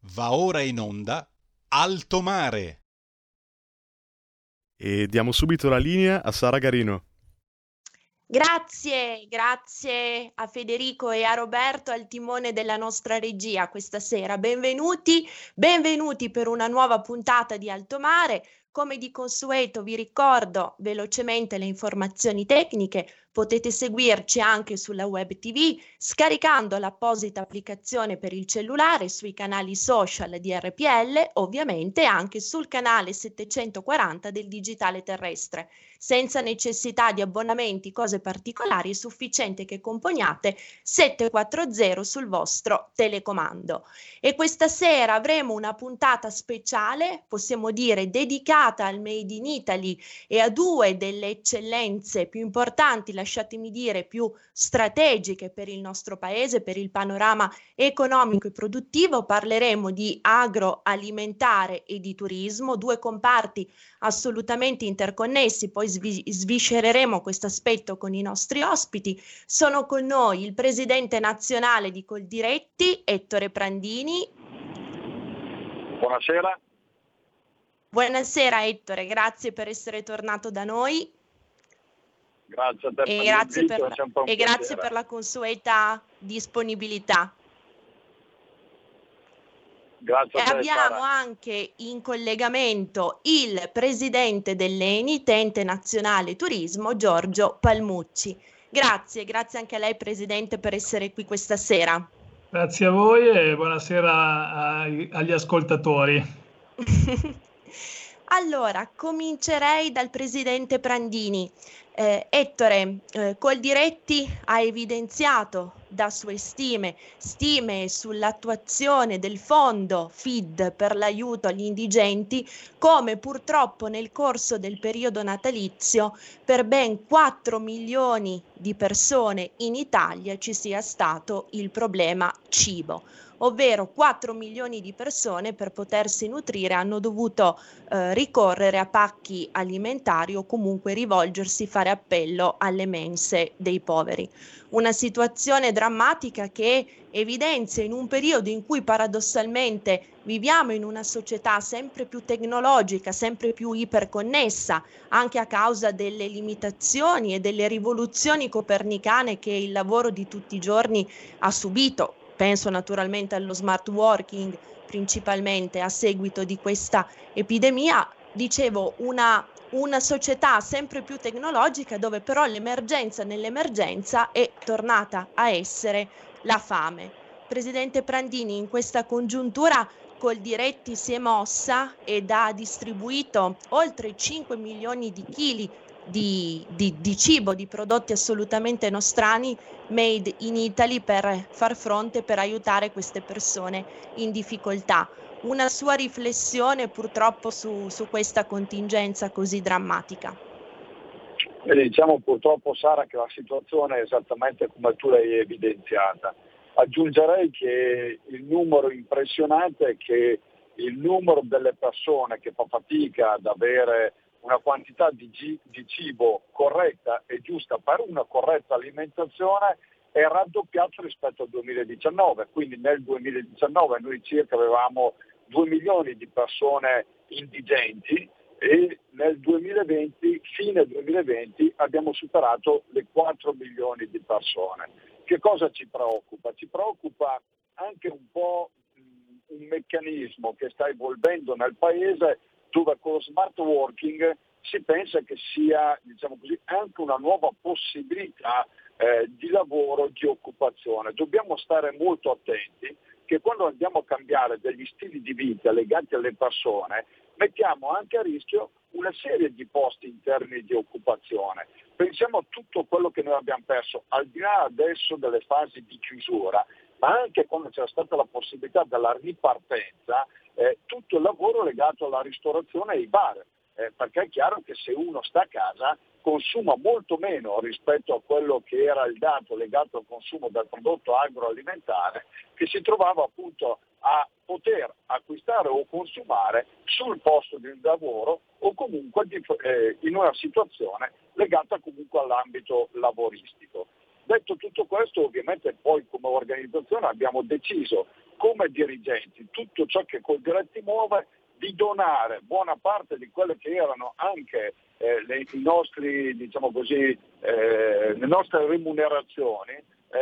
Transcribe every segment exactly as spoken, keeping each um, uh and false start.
Va ora in onda Alto Mare. E diamo subito la linea a Sara Garino. Grazie, grazie a Federico e a Roberto al timone della nostra regia questa sera. Benvenuti, benvenuti per una nuova puntata di Alto Mare. Come di consueto vi ricordo velocemente le informazioni tecniche. Potete seguirci anche sulla web tivù scaricando l'apposita applicazione per il cellulare sui canali social di R P L, ovviamente anche sul canale settecentoquaranta del digitale terrestre. Senza necessità di abbonamenti, cose particolari, è sufficiente che componiate sette quattro zero sul vostro telecomando. E questa sera avremo una puntata speciale, possiamo dire dedicata al Made in Italy e a due delle eccellenze più importanti, lasciatemi dire più strategiche per il nostro paese, per il panorama economico e produttivo. Parleremo di agroalimentare e di turismo, due comparti assolutamente interconnessi. Poi svi- sviscereremo questo aspetto con i nostri ospiti. Sono con noi il presidente nazionale di Coldiretti, Ettore Prandini. Buonasera. Buonasera Ettore, grazie per essere tornato da noi. Grazie a te e per grazie, l'invito, per, è sempre un e piacere. grazie per la consueta disponibilità. Grazie E a te, abbiamo Sara. anche in collegamento il presidente dell'Eni, Ente Nazionale Turismo, Giorgio Palmucci. Grazie, grazie anche a lei presidente per essere qui questa sera. Grazie a voi e buonasera ai- agli ascoltatori. Allora, comincerei dal presidente Prandini. Eh, Ettore, eh, Coldiretti ha evidenziato da sue stime, stime sull'attuazione del fondo F I D per l'aiuto agli indigenti, come purtroppo nel corso del periodo natalizio per ben quattro milioni di persone in Italia ci sia stato il problema cibo, ovvero quattro milioni di persone per potersi nutrire hanno dovuto eh, ricorrere a pacchi alimentari o comunque rivolgersi, fare appello alle mense dei poveri. Una situazione drammatica che evidenzia in un periodo in cui paradossalmente viviamo in una società sempre più tecnologica, sempre più iperconnessa, anche a causa delle limitazioni e delle rivoluzioni copernicane che il lavoro di tutti i giorni ha subito. Penso naturalmente allo smart working, principalmente a seguito di questa epidemia. Dicevo, una, una società sempre più tecnologica dove però l'emergenza nell'emergenza è tornata a essere la fame. Presidente Prandini, in questa congiuntura Coldiretti si è mossa ed ha distribuito oltre cinque milioni di chili di, di, di cibo, di prodotti assolutamente nostrani, made in Italy, per far fronte, per aiutare queste persone in difficoltà. Una sua riflessione purtroppo su, su questa contingenza così drammatica. E diciamo purtroppo, Sara, che la situazione è esattamente come tu l'hai evidenziata. Aggiungerei che il numero impressionante è che il numero delle persone che fa fatica ad avere una quantità di, gi- di cibo corretta e giusta per una corretta alimentazione è raddoppiato rispetto al duemiladiciannove, quindi nel duemiladiciannove noi circa avevamo due milioni di persone indigenti e nel duemilaventi, fine duemilaventi, abbiamo superato le quattro milioni di persone. Che cosa ci preoccupa? Ci preoccupa anche un po' mh, un meccanismo che sta evolvendo nel paese, dove con lo smart working si pensa che sia, diciamo così, anche una nuova possibilità eh, di lavoro, di occupazione. Dobbiamo stare molto attenti che quando andiamo a cambiare degli stili di vita legati alle persone, mettiamo anche a rischio una serie di posti in termini di occupazione. Pensiamo a tutto quello che noi abbiamo perso, al di là adesso delle fasi di chiusura, ma anche quando c'era stata la possibilità della ripartenza, eh, tutto il lavoro legato alla ristorazione e ai bar, eh, perché è chiaro che se uno sta a casa consuma molto meno rispetto a quello che era il dato legato al consumo del prodotto agroalimentare, che si trovava appunto a poter acquistare o consumare sul posto di lavoro o comunque di, eh, in una situazione legata comunque all'ambito lavoristico. Detto tutto questo, ovviamente poi come organizzazione abbiamo deciso come dirigenti tutto ciò che Coldiretti muove di donare buona parte di quelle che erano anche eh, le, i nostri, diciamo così, eh, le nostre remunerazioni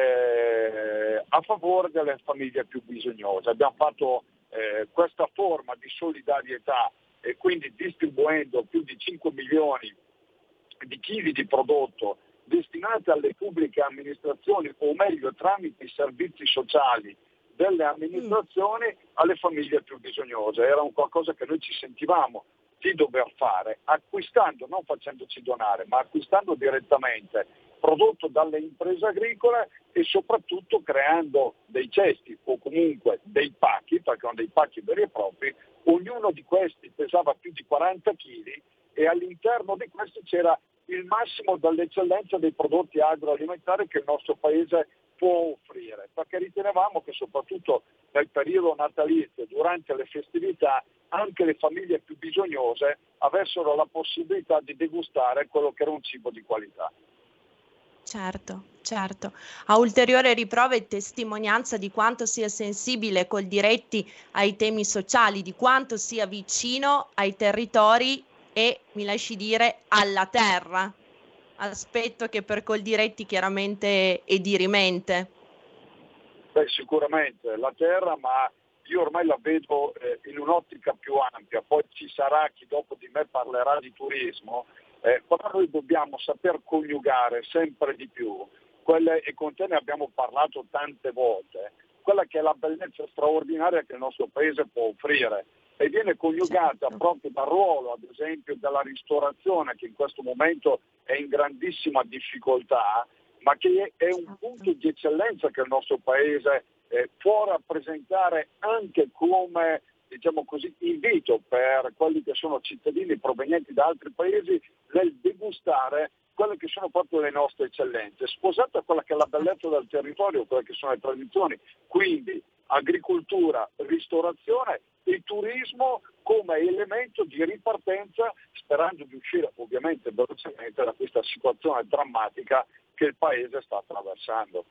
eh, a favore delle famiglie più bisognose. Abbiamo fatto eh, questa forma di solidarietà e quindi distribuendo più di cinque milioni di chili di prodotto destinati alle pubbliche amministrazioni, o meglio tramite i servizi sociali delle amministrazioni alle famiglie più bisognose. Era un qualcosa che noi ci sentivamo di dover fare, acquistando, non facendoci donare, ma acquistando direttamente prodotto dalle imprese agricole e soprattutto creando dei cesti o comunque dei pacchi, perché erano dei pacchi veri e propri. Ognuno di questi pesava più di quaranta chili e all'interno di questi c'era il massimo dell'eccellenza dei prodotti agroalimentari che il nostro paese può offrire, perché ritenevamo che soprattutto nel periodo natalizio, durante le festività, anche le famiglie più bisognose avessero la possibilità di degustare quello che era un cibo di qualità. Certo, certo. A ulteriore riprova e testimonianza di quanto sia sensibile Coldiretti ai temi sociali, di quanto sia vicino ai territori e, mi lasci dire, alla terra. Aspetto che per Coldiretti chiaramente è dirimente. Beh, sicuramente la terra, ma io ormai la vedo eh, in un'ottica più ampia, poi ci sarà chi dopo di me parlerà di turismo, eh, però noi dobbiamo saper coniugare sempre di più, quelle, e con te ne abbiamo parlato tante volte, quella che è la bellezza straordinaria che il nostro paese può offrire, e viene coniugata certo. proprio dal ruolo, ad esempio, della ristorazione, che in questo momento è in grandissima difficoltà, ma che è un punto di eccellenza che il nostro paese eh, può rappresentare anche come, diciamo così, invito per quelli che sono cittadini provenienti da altri paesi nel degustare quelle che sono proprio le nostre eccellenze, sposate a quella che è la bellezza del territorio, quelle che sono le tradizioni, quindi agricoltura, ristorazione e turismo come elemento di ripartenza, sperando di uscire ovviamente velocemente da questa situazione drammatica che il Paese sta attraversando.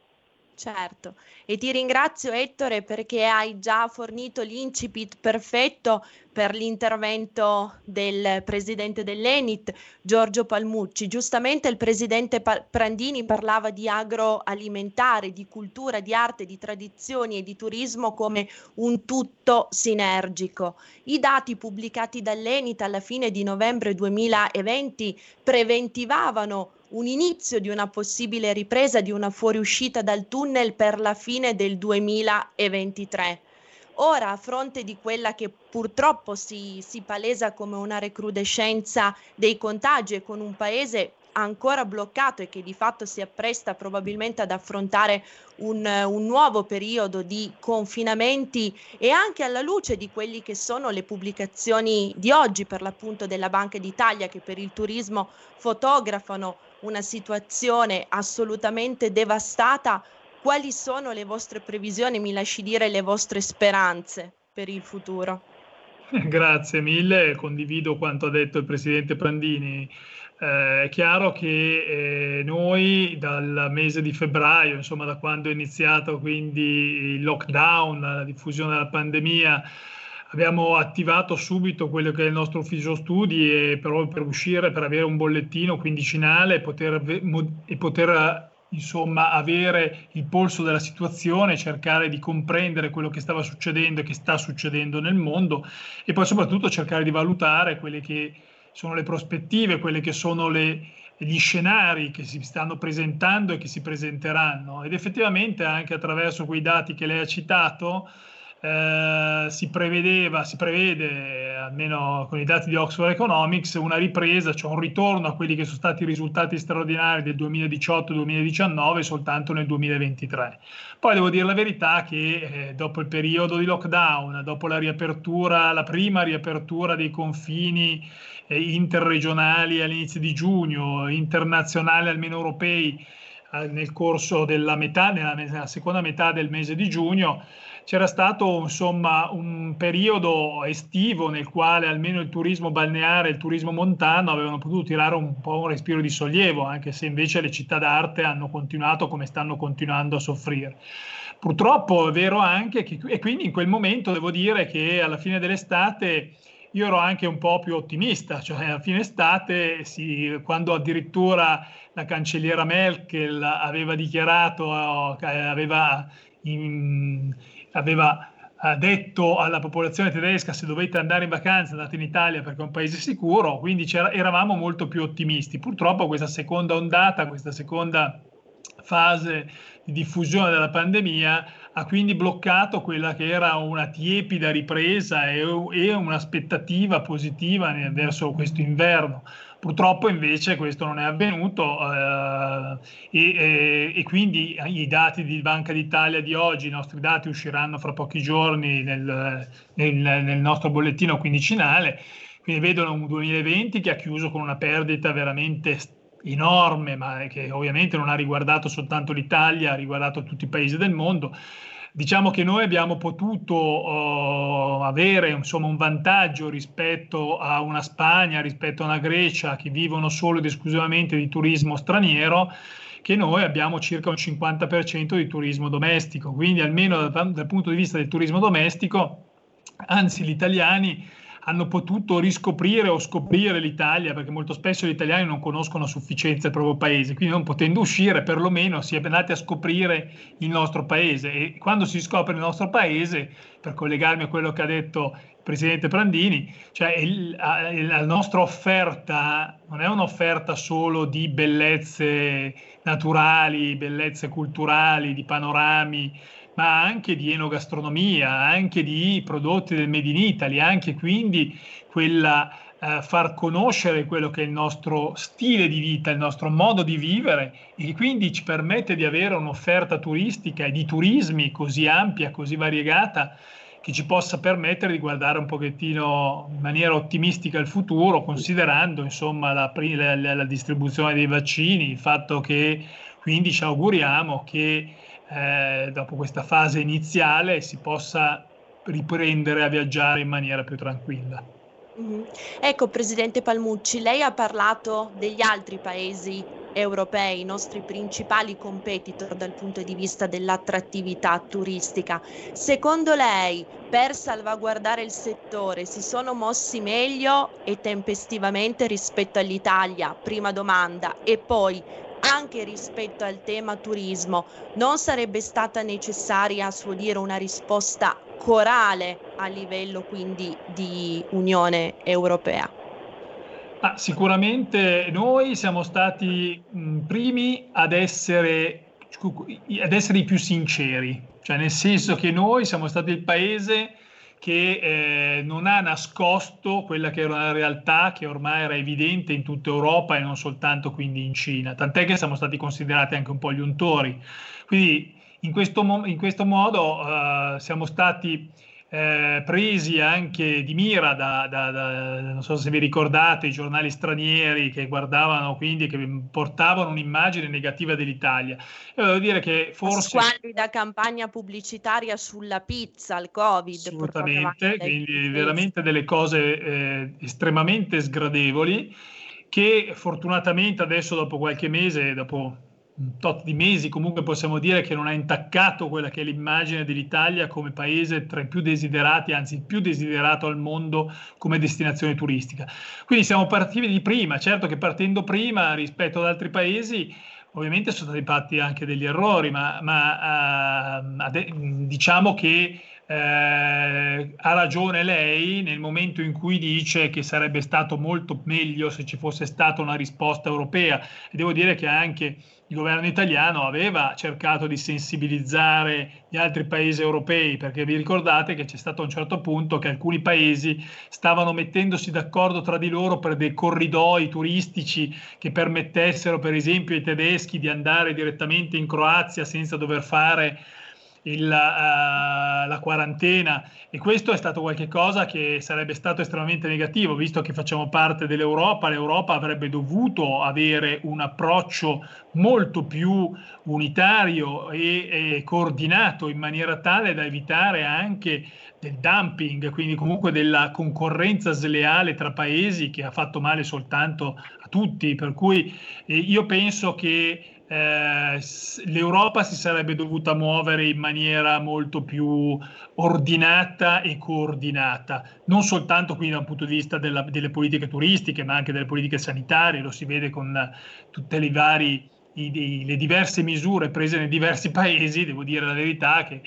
Certo, e ti ringrazio Ettore perché hai già fornito l'incipit perfetto per l'intervento del presidente dell'Enit, Giorgio Palmucci. Giustamente il presidente Prandini parlava di agroalimentare, di cultura, di arte, di tradizioni e di turismo come un tutto sinergico. I dati pubblicati dall'Enit alla fine di novembre duemilaventi preventivavano un inizio di una possibile ripresa, di una fuoriuscita dal tunnel per la fine del duemilaventitré. Ora, a fronte di quella che purtroppo si, si palesa come una recrudescenza dei contagi e con un paese ancora bloccato e che di fatto si appresta probabilmente ad affrontare un, un nuovo periodo di confinamenti, e anche alla luce di quelli che sono le pubblicazioni di oggi per l'appunto della Banca d'Italia, che per il turismo fotografano una situazione assolutamente devastata, quali sono le vostre previsioni, mi lasci dire le vostre speranze per il futuro? Grazie mille, condivido quanto ha detto il presidente Prandini. Eh, è chiaro che eh, noi dal mese di febbraio, insomma da quando è iniziato quindi il lockdown, la diffusione della pandemia, abbiamo attivato subito quello che è il nostro ufficio studi e però per uscire, per avere un bollettino quindicinale e poter, e poter insomma avere il polso della situazione, cercare di comprendere quello che stava succedendo e che sta succedendo nel mondo, e poi soprattutto cercare di valutare quelle che sono le prospettive, quelle che sono le, gli scenari che si stanno presentando e che si presenteranno. Ed effettivamente anche attraverso quei dati che lei ha citato eh, si prevedeva, si prevede, almeno con i dati di Oxford Economics, una ripresa, cioè un ritorno a quelli che sono stati i risultati straordinari del duemiladiciotto duemiladiciannove soltanto nel duemilaventitré. Poi devo dire la verità che eh, dopo il periodo di lockdown, dopo la riapertura, la prima riapertura dei confini eh, interregionali all'inizio di giugno, internazionali almeno europei eh, nel corso della metà, nella, nella seconda metà del mese di giugno, c'era stato insomma un periodo estivo nel quale almeno il turismo balneare e il turismo montano avevano potuto tirare un po' un respiro di sollievo, anche se invece le città d'arte hanno continuato come stanno continuando a soffrire. Purtroppo è vero anche che, e quindi in quel momento devo dire che alla fine dell'estate io ero anche un po' più ottimista, cioè a fine estate, sì, quando addirittura la cancelliera Merkel aveva dichiarato, eh, aveva, in, aveva detto alla popolazione tedesca: se dovete andare in vacanza andate in Italia perché è un paese sicuro, quindi eravamo molto più ottimisti. Purtroppo questa seconda ondata, questa seconda fase di diffusione della pandemia ha quindi bloccato quella che era una tiepida ripresa e, e un'aspettativa positiva verso questo inverno. Purtroppo invece questo non è avvenuto eh, e, e, e quindi i dati di Banca d'Italia di oggi, i nostri dati usciranno fra pochi giorni nel, nel, nel nostro bollettino quindicinale, quindi vedono un duemilaventi che ha chiuso con una perdita veramente enorme, ma che ovviamente non ha riguardato soltanto l'Italia, ha riguardato tutti i paesi del mondo. Diciamo che noi abbiamo potuto uh, avere insomma un vantaggio rispetto a una Spagna, rispetto a una Grecia che vivono solo ed esclusivamente di turismo straniero, che noi abbiamo circa un cinquanta per cento di turismo domestico, quindi almeno dal, dal punto di vista del turismo domestico, anzi gli italiani hanno potuto riscoprire o scoprire l'Italia, perché molto spesso gli italiani non conoscono a sufficienza il proprio paese, quindi non potendo uscire perlomeno si è andati a scoprire il nostro paese, e quando si scopre il nostro paese, per collegarmi a quello che ha detto il presidente Prandini, cioè il, la nostra offerta non è un'offerta solo di bellezze naturali, bellezze culturali, di panorami, ma anche di enogastronomia, anche di prodotti del Made in Italy, anche quindi quella eh, far conoscere quello che è il nostro stile di vita, il nostro modo di vivere, e quindi ci permette di avere un'offerta turistica e di turismi così ampia, così variegata, che ci possa permettere di guardare un pochettino in maniera ottimistica il futuro, considerando insomma la, la, la distribuzione dei vaccini, il fatto che quindi ci auguriamo che Eh, dopo questa fase iniziale si possa riprendere a viaggiare in maniera più tranquilla. Mm-hmm. Ecco, Presidente Palmucci, lei ha parlato degli altri paesi europei, i nostri principali competitor dal punto di vista dell'attrattività turistica. Secondo lei, per salvaguardare il settore, si sono mossi meglio e tempestivamente rispetto all'Italia? Prima domanda. E poi, anche rispetto al tema turismo, non sarebbe stata necessaria, a suo dire, una risposta corale a livello quindi di Unione Europea? Ah, sicuramente noi siamo stati mh, primi ad essere, ad essere i più sinceri, cioè nel senso che noi siamo stati il paese che eh, non ha nascosto quella che era una realtà che ormai era evidente in tutta Europa e non soltanto quindi in Cina, tant'è che siamo stati considerati anche un po' gli untori. Quindi in questo, in questo modo uh, siamo stati eh, presi anche di mira da, da, da, non so se vi ricordate, i giornali stranieri che guardavano, quindi che portavano un'immagine negativa dell'Italia. E devo dire che forse... Squallida campagna pubblicitaria sulla pizza, al Covid. Assolutamente, quindi veramente delle cose eh, estremamente sgradevoli, che fortunatamente adesso dopo qualche mese, dopo un tot di mesi, comunque possiamo dire che non ha intaccato quella che è l'immagine dell'Italia come paese tra i più desiderati, anzi il più desiderato al mondo come destinazione turistica. Quindi siamo partiti di prima, certo che partendo prima rispetto ad altri paesi ovviamente sono stati fatti anche degli errori, ma, ma uh, diciamo che eh, ha ragione lei nel momento in cui dice che sarebbe stato molto meglio se ci fosse stata una risposta europea, e devo dire che anche il governo italiano aveva cercato di sensibilizzare gli altri paesi europei, perché vi ricordate che c'è stato a un certo punto che alcuni paesi stavano mettendosi d'accordo tra di loro per dei corridoi turistici che permettessero per esempio ai tedeschi di andare direttamente in Croazia senza dover fare il, uh, la quarantena, e questo è stato qualche cosa che sarebbe stato estremamente negativo, visto che facciamo parte dell'Europa. L'Europa avrebbe dovuto avere un approccio molto più unitario e, e coordinato, in maniera tale da evitare anche del dumping, quindi comunque della concorrenza sleale tra paesi, che ha fatto male soltanto a tutti. Per cui eh, io penso che eh, l'Europa si sarebbe dovuta muovere in maniera molto più ordinata e coordinata, non soltanto quindi da un punto di vista della, delle politiche turistiche, ma anche delle politiche sanitarie. Lo si vede con tutte le varie I, i, le diverse misure prese nei diversi paesi, devo dire la verità, che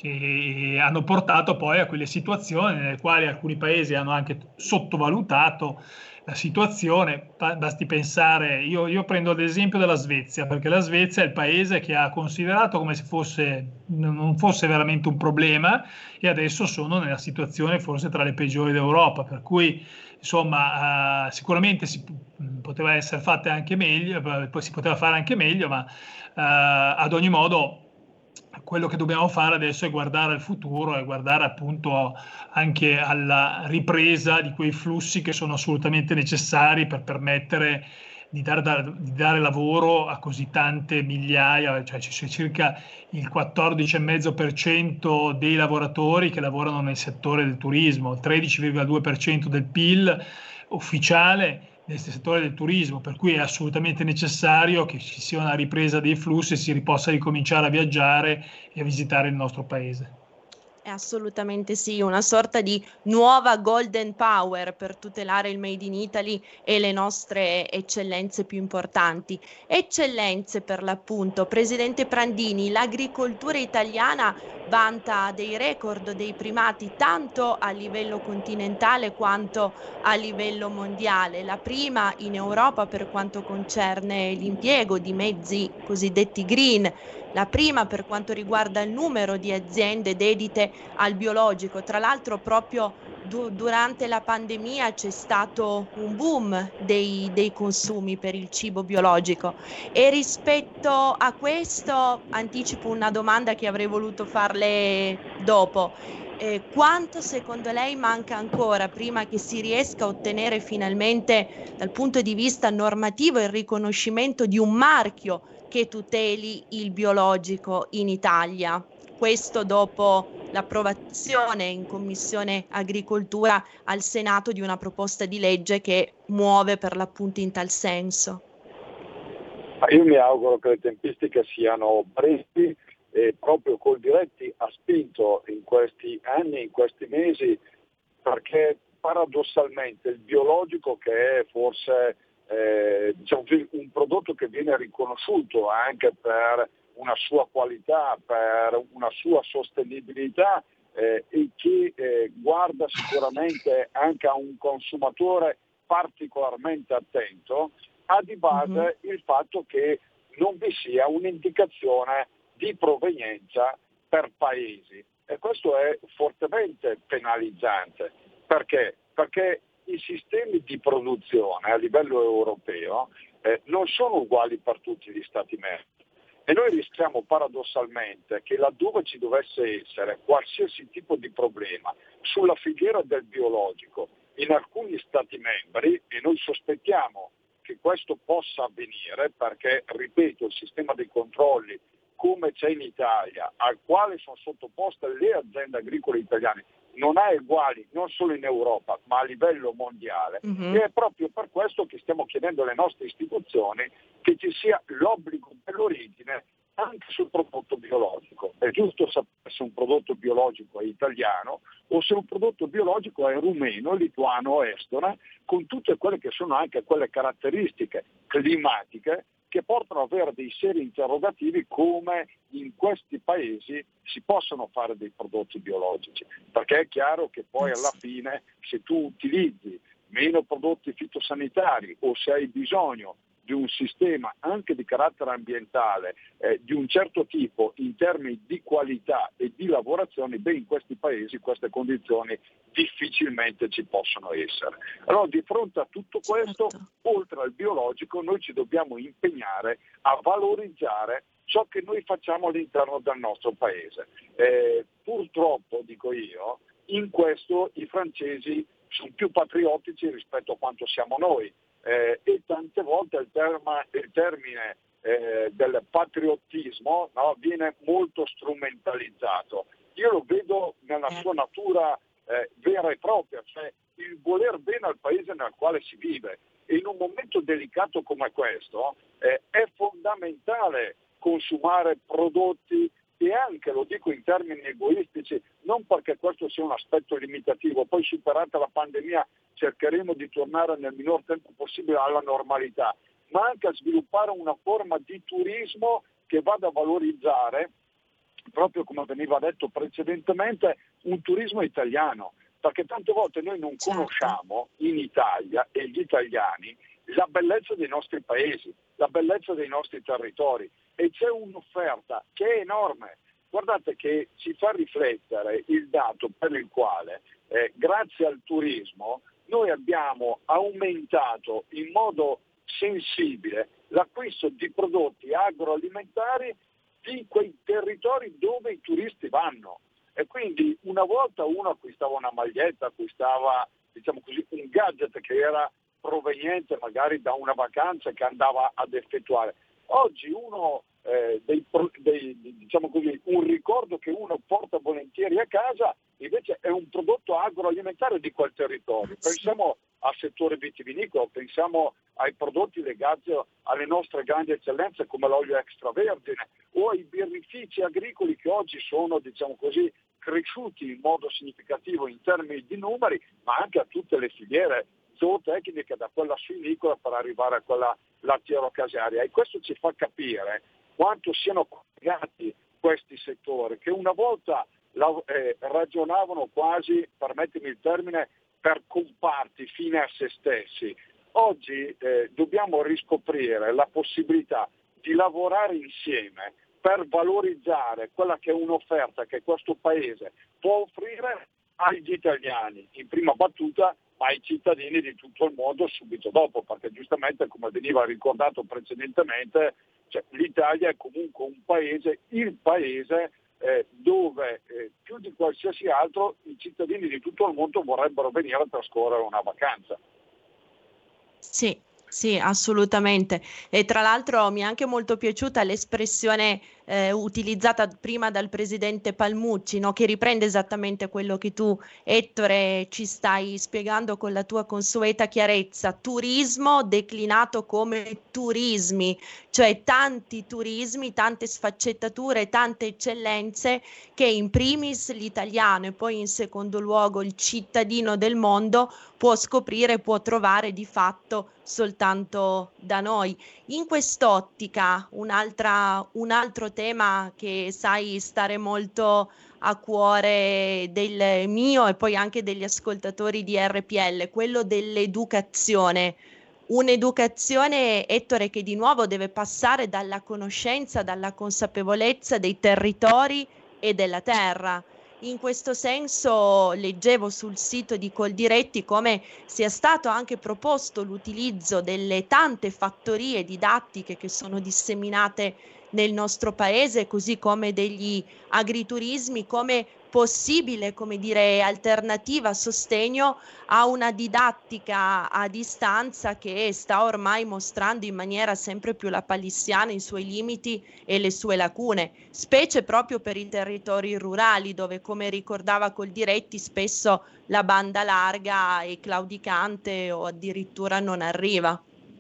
cioè, hanno portato poi a quelle situazioni nelle quali alcuni paesi hanno anche sottovalutato la situazione. Basti pensare, io, io prendo l'esempio della Svezia, perché la Svezia è il paese che ha considerato come se fosse, non fosse veramente un problema, e adesso sono nella situazione forse tra le peggiori d'Europa, per cui insomma, uh, sicuramente si poteva essere fatte anche meglio, poi si poteva fare anche meglio, ma uh, ad ogni modo quello che dobbiamo fare adesso è guardare al futuro e guardare appunto anche alla ripresa di quei flussi che sono assolutamente necessari per permettere di dare, di dare lavoro a così tante migliaia, cioè c'è circa il quattordici virgola cinque per cento dei lavoratori che lavorano nel settore del turismo, il tredici virgola due per cento del P I L ufficiale nel settore del turismo, per cui è assolutamente necessario che ci sia una ripresa dei flussi e si possa ricominciare a viaggiare e a visitare il nostro paese. Assolutamente sì, una sorta di nuova golden power per tutelare il Made in Italy e le nostre eccellenze più importanti. Eccellenze per l'appunto. Presidente Prandini, l'agricoltura italiana vanta dei record, dei primati, tanto a livello continentale quanto a livello mondiale. La prima in Europa per quanto concerne l'impiego di mezzi cosiddetti green, la prima per quanto riguarda il numero di aziende dedite al biologico. Tra l'altro proprio du- durante la pandemia c'è stato un boom dei, dei consumi per il cibo biologico, e rispetto a questo anticipo una domanda che avrei voluto farle dopo. Eh, quanto secondo lei manca ancora prima che si riesca a ottenere finalmente dal punto di vista normativo il riconoscimento di un marchio che tuteli il biologico in Italia? Questo dopo l'approvazione in Commissione Agricoltura al Senato di una proposta di legge che muove per l'appunto in tal senso. Io mi auguro che le tempistiche siano brevi, e proprio Coldiretti ha spinto in questi anni, in questi mesi, perché paradossalmente il biologico, che è forse eh, diciamo, un prodotto che viene riconosciuto anche per una sua qualità, per una sua sostenibilità, eh, e che eh, guarda sicuramente anche a un consumatore particolarmente attento, ha di base mm-hmm. il fatto che non vi sia un'indicazione di provenienza per paesi, e questo è fortemente penalizzante. Perché? Perché i sistemi di produzione a livello europeo eh, non sono uguali per tutti gli Stati membri, e noi rischiamo paradossalmente che laddove ci dovesse essere qualsiasi tipo di problema sulla filiera del biologico in alcuni Stati membri, e noi sospettiamo che questo possa avvenire perché, ripeto, il sistema dei controlli come c'è in Italia, al quale sono sottoposte le aziende agricole italiane, non è uguali non solo in Europa ma a livello mondiale, mm-hmm. e è proprio per questo che stiamo chiedendo alle nostre istituzioni che ci sia l'obbligo dell'origine anche sul prodotto biologico. È giusto sapere se un prodotto biologico è italiano o se un prodotto biologico è rumeno, lituano o estone, con tutte quelle che sono anche quelle caratteristiche climatiche che portano ad avere dei seri interrogativi come in questi paesi si possono fare dei prodotti biologici, perché è chiaro che poi alla fine, se tu utilizzi meno prodotti fitosanitari o se hai bisogno di un sistema anche di carattere ambientale eh, di un certo tipo in termini di qualità e di lavorazione, beh, in questi paesi queste condizioni difficilmente ci possono essere. Allora, di fronte a tutto questo, certo. oltre al biologico, noi ci dobbiamo impegnare a valorizzare ciò che noi facciamo all'interno del nostro paese. Eh, purtroppo, dico io, in questo i francesi sono più patriottici rispetto a quanto siamo noi, eh, e tante volte il, terma, il termine eh, del patriottismo, no, viene molto strumentalizzato. Io lo vedo nella sua natura eh, vera e propria, cioè il voler bene al paese nel quale si vive. E in un momento delicato come questo eh, è fondamentale consumare prodotti e anche, lo dico in termini egoistici, non perché questo sia un aspetto limitativo, poi superata la pandemia cercheremo di tornare nel minor tempo possibile alla normalità, ma anche a sviluppare una forma di turismo che vada a valorizzare, proprio come veniva detto precedentemente, un turismo italiano, perché tante volte noi non conosciamo in Italia e gli italiani la bellezza dei nostri paesi, la bellezza dei nostri territori, e c'è un'offerta che è enorme. Guardate che ci fa riflettere il dato per il quale eh, grazie al turismo noi abbiamo aumentato in modo sensibile l'acquisto di prodotti agroalimentari di quei territori dove i turisti vanno. E quindi una volta uno acquistava una maglietta, acquistava, diciamo così, un gadget che era proveniente magari da una vacanza che andava ad effettuare. Oggi uno eh, dei, dei, diciamo così, un ricordo che uno porta volentieri a casa invece è un prodotto agroalimentare di quel territorio. Pensiamo al settore vitivinicolo, pensiamo ai prodotti legati alle nostre grandi eccellenze come l'olio extravergine o ai birrifici agricoli che oggi sono, diciamo così, cresciuti in modo significativo in termini di numeri, ma anche a tutte le filiere zootecniche, da quella suinicola per arrivare a quella lattiero-casearia. E questo ci fa capire quanto siano collegati questi settori, che una volta eh, ragionavano quasi, permettimi il termine, per comparti fine a se stessi. Oggi eh, dobbiamo riscoprire la possibilità di lavorare insieme per valorizzare quella che è un'offerta che questo paese può offrire agli italiani, in prima battuta, ma ai cittadini di tutto il mondo subito dopo, perché giustamente, come veniva ricordato precedentemente, cioè, l'Italia è comunque un paese, il paese eh, dove eh, più di qualsiasi altro i cittadini di tutto il mondo vorrebbero venire a trascorrere una vacanza. Sì, sì, assolutamente. E tra l'altro mi è anche molto piaciuta l'espressione eh, utilizzata prima dal presidente Palmucci, no? Che riprende esattamente quello che tu, Ettore, ci stai spiegando con la tua consueta chiarezza. Turismo declinato come turismi, cioè tanti turismi, tante sfaccettature, tante eccellenze che in primis l'italiano e poi in secondo luogo il cittadino del mondo può scoprire, può trovare di fatto soltanto da noi. In quest'ottica, un'altra, un altro tema che sai stare molto a cuore del mio e poi anche degli ascoltatori di R P L, quello dell'educazione. Un'educazione, Ettore, che di nuovo deve passare dalla conoscenza, dalla consapevolezza dei territori e della terra. In questo senso leggevo sul sito di Coldiretti come sia stato anche proposto l'utilizzo delle tante fattorie didattiche che sono disseminate nel nostro paese, così come degli agriturismi, come possibile, come dire, alternativa, sostegno a una didattica a distanza che sta ormai mostrando in maniera sempre più lapalissiana i suoi limiti e le sue lacune, specie proprio per i territori rurali dove, come ricordava Coldiretti, spesso la banda larga è claudicante o addirittura non arriva.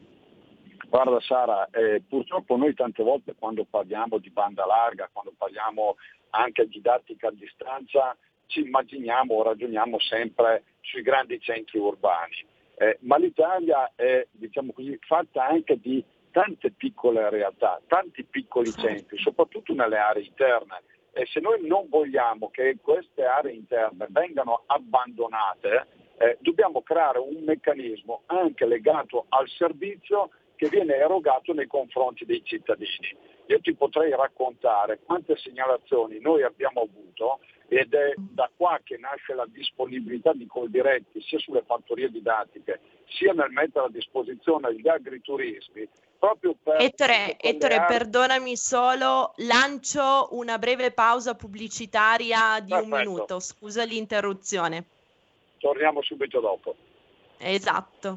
Guarda Sara, eh, purtroppo noi tante volte quando parliamo di banda larga, quando parliamo anche di didattica a distanza, ci immaginiamo o ragioniamo sempre sui grandi centri urbani, eh, ma l'Italia è, diciamo così, fatta anche di tante piccole realtà, tanti piccoli centri, soprattutto nelle aree interne, e se noi non vogliamo che queste aree interne vengano abbandonate, eh, dobbiamo creare un meccanismo anche legato al servizio che viene erogato nei confronti dei cittadini. Io ti potrei raccontare quante segnalazioni noi abbiamo avuto ed è da qua che nasce la disponibilità di Coldiretti sia sulle fattorie didattiche sia nel mettere a disposizione gli agriturismi proprio per... Ettore, Ettore aree... perdonami solo, lancio una breve pausa pubblicitaria di Perfetto. un minuto, scusa l'interruzione. Torniamo subito dopo. Esatto.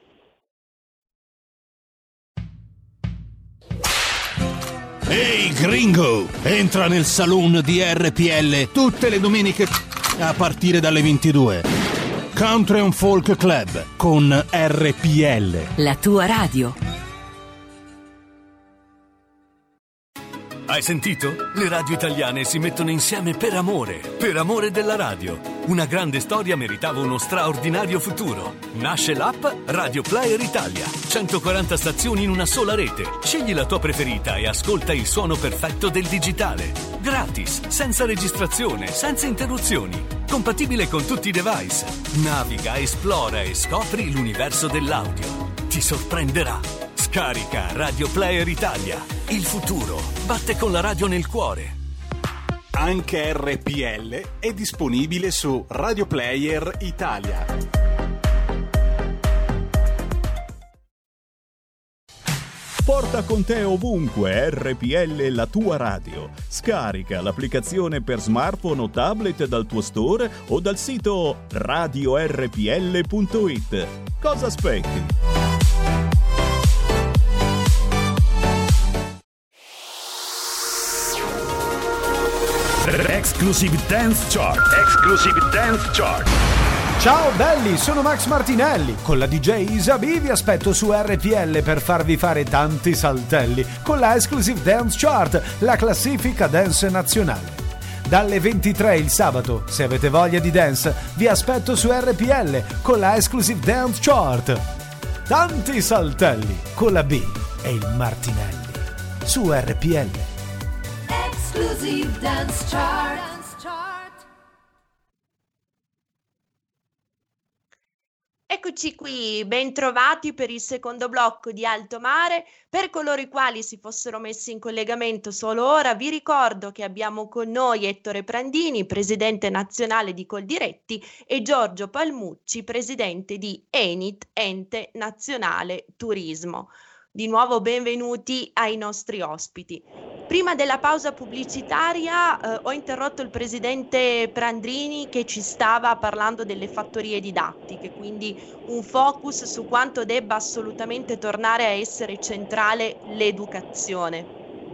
Ehi gringo, entra nel saloon di R P L tutte le domeniche a partire dalle ventidue. Country and Folk Club con R P L. La tua radio. Hai sentito? Le radio italiane si mettono insieme per amore, per amore della radio. Una grande storia meritava uno straordinario futuro. Nasce l'app Radio Player Italia. centoquaranta stazioni in una sola rete. Scegli la tua preferita e ascolta il suono perfetto del digitale. Gratis, senza registrazione, senza interruzioni. Compatibile con tutti i device. Naviga, esplora e scopri l'universo dell'audio. Ti sorprenderà. Scarica Radio Player Italia. Il futuro batte con la radio nel cuore. Anche R P L è disponibile su Radio Player Italia. Porta con te ovunque R P L, la tua radio. Scarica l'applicazione per smartphone o tablet dal tuo store o dal sito radio r p l punto i t. Cosa aspetti? Exclusive Dance Chart. Exclusive Dance Chart. Ciao belli, sono Max Martinelli. Con la D J Isabi vi aspetto su R P L per farvi fare tanti saltelli con la Exclusive Dance Chart, la classifica dance nazionale. Dalle ventitré il sabato, se avete voglia di dance, vi aspetto su R P L con la Exclusive Dance Chart. Tanti saltelli con la B e il Martinelli su R P L. Exclusive Dance Chart. Eccoci qui, ben trovati per il secondo blocco di Alto Mare. Per coloro i quali si fossero messi in collegamento solo ora, vi ricordo che abbiamo con noi Ettore Prandini, presidente nazionale di Coldiretti, e Giorgio Palmucci, presidente di Enit, Ente Nazionale Turismo. Di nuovo benvenuti ai nostri ospiti. Prima della pausa pubblicitaria eh, ho interrotto il presidente Prandini che ci stava parlando delle fattorie didattiche, quindi un focus su quanto debba assolutamente tornare a essere centrale l'educazione.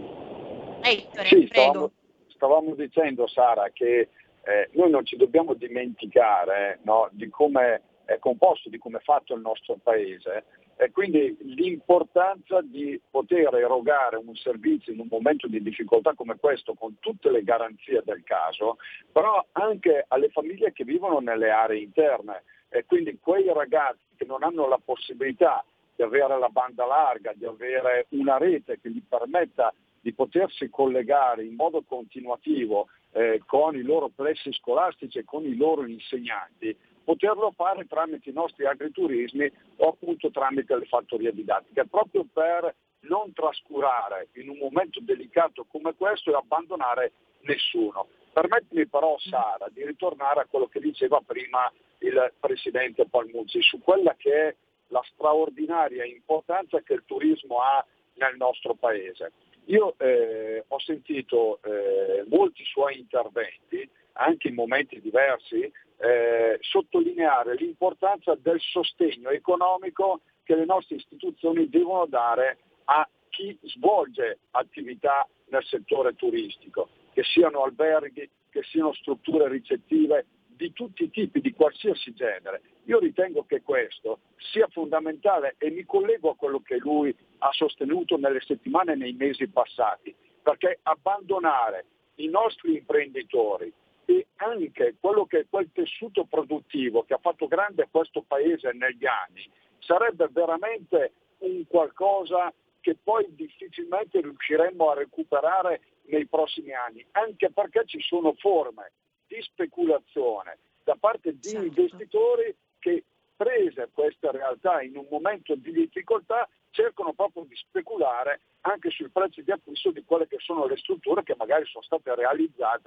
Ettore, sì, prego. Stavamo, stavamo dicendo, Sara, che eh, noi non ci dobbiamo dimenticare eh, no, di come è composto, di come è fatto il nostro paese. E quindi l'importanza di poter erogare un servizio in un momento di difficoltà come questo, con tutte le garanzie del caso, però anche alle famiglie che vivono nelle aree interne. E quindi quei ragazzi che non hanno la possibilità di avere la banda larga, di avere una rete che gli permetta di potersi collegare in modo continuativo eh, con i loro plessi scolastici e con i loro insegnanti, poterlo fare tramite i nostri agriturismi o appunto tramite le fattorie didattiche, proprio per non trascurare in un momento delicato come questo e abbandonare nessuno. Permettimi però, Sara, di ritornare a quello che diceva prima il presidente Palmucci su quella che è la straordinaria importanza che il turismo ha nel nostro paese. Io eh, ho sentito eh, molti suoi interventi, anche in momenti diversi, eh, sottolineare l'importanza del sostegno economico che le nostre istituzioni devono dare a chi svolge attività nel settore turistico, che siano alberghi, che siano strutture ricettive di tutti i tipi, di qualsiasi genere. Io ritengo che questo sia fondamentale e mi collego a quello che lui ha sostenuto nelle settimane e nei mesi passati, perché abbandonare i nostri imprenditori e anche quello che è quel tessuto produttivo che ha fatto grande questo paese negli anni sarebbe veramente un qualcosa che poi difficilmente riusciremmo a recuperare nei prossimi anni, anche perché ci sono forme di speculazione da parte di certo. investitori che, prese queste realtà in un momento di difficoltà, cercano proprio di speculare anche sui prezzi di acquisto di quelle che sono le strutture che magari sono state realizzate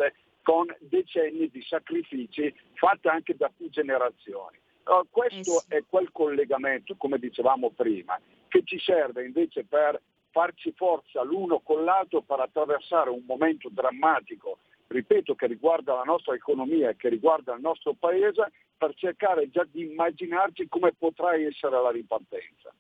con decenni di sacrifici fatti anche da più generazioni. Allora, questo è quel collegamento, come dicevamo prima, che ci serve invece per farci forza l'uno con l'altro per attraversare un momento drammatico, ripeto, che riguarda la nostra economia e che riguarda il nostro paese, per cercare già di immaginarci come potrà essere la ripartenza.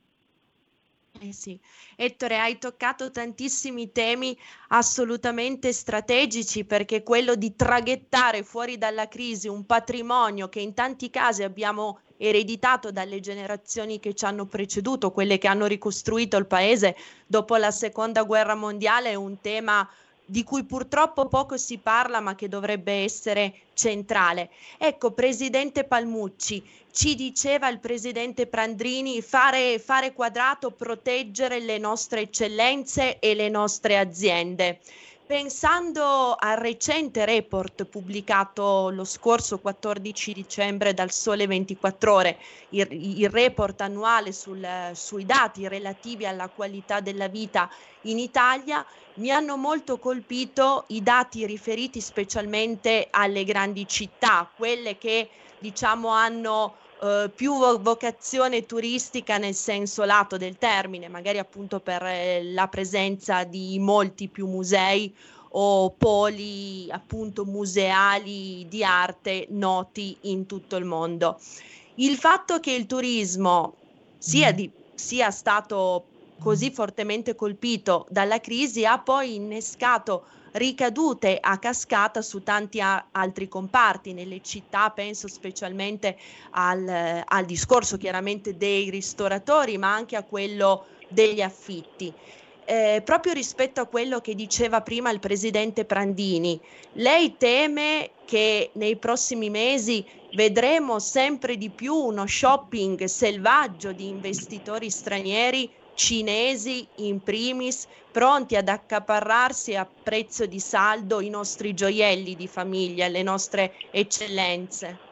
Eh sì, Ettore, hai toccato tantissimi temi assolutamente strategici, perché quello di traghettare fuori dalla crisi un patrimonio che in tanti casi abbiamo ereditato dalle generazioni che ci hanno preceduto, quelle che hanno ricostruito il paese dopo la seconda guerra mondiale, è un tema di cui purtroppo poco si parla, ma che dovrebbe essere centrale. Ecco, Presidente Palmucci, ci diceva il Presidente Prandini, fare, fare quadrato, proteggere le nostre eccellenze e le nostre aziende. Pensando al recente report pubblicato lo scorso quattordici dicembre dal Sole ventiquattro Ore, il, il report annuale sul, sui dati relativi alla qualità della vita in Italia, mi hanno molto colpito i dati riferiti specialmente alle grandi città, quelle che diciamo hanno eh, più vocazione turistica nel senso lato del termine, magari appunto per eh, la presenza di molti più musei o poli appunto museali di arte noti in tutto il mondo. Il fatto che il turismo sia, di, sia stato così fortemente colpito dalla crisi ha poi innescato ricadute a cascata su tanti a- altri comparti nelle città. Penso specialmente al, al discorso chiaramente dei ristoratori, ma anche a quello degli affitti. Eh, proprio rispetto a quello che diceva prima il Presidente Prandini, lei teme che nei prossimi mesi vedremo sempre di più uno shopping selvaggio di investitori stranieri, cinesi in primis, pronti ad accaparrarsi a prezzo di saldo i nostri gioielli di famiglia, le nostre eccellenze?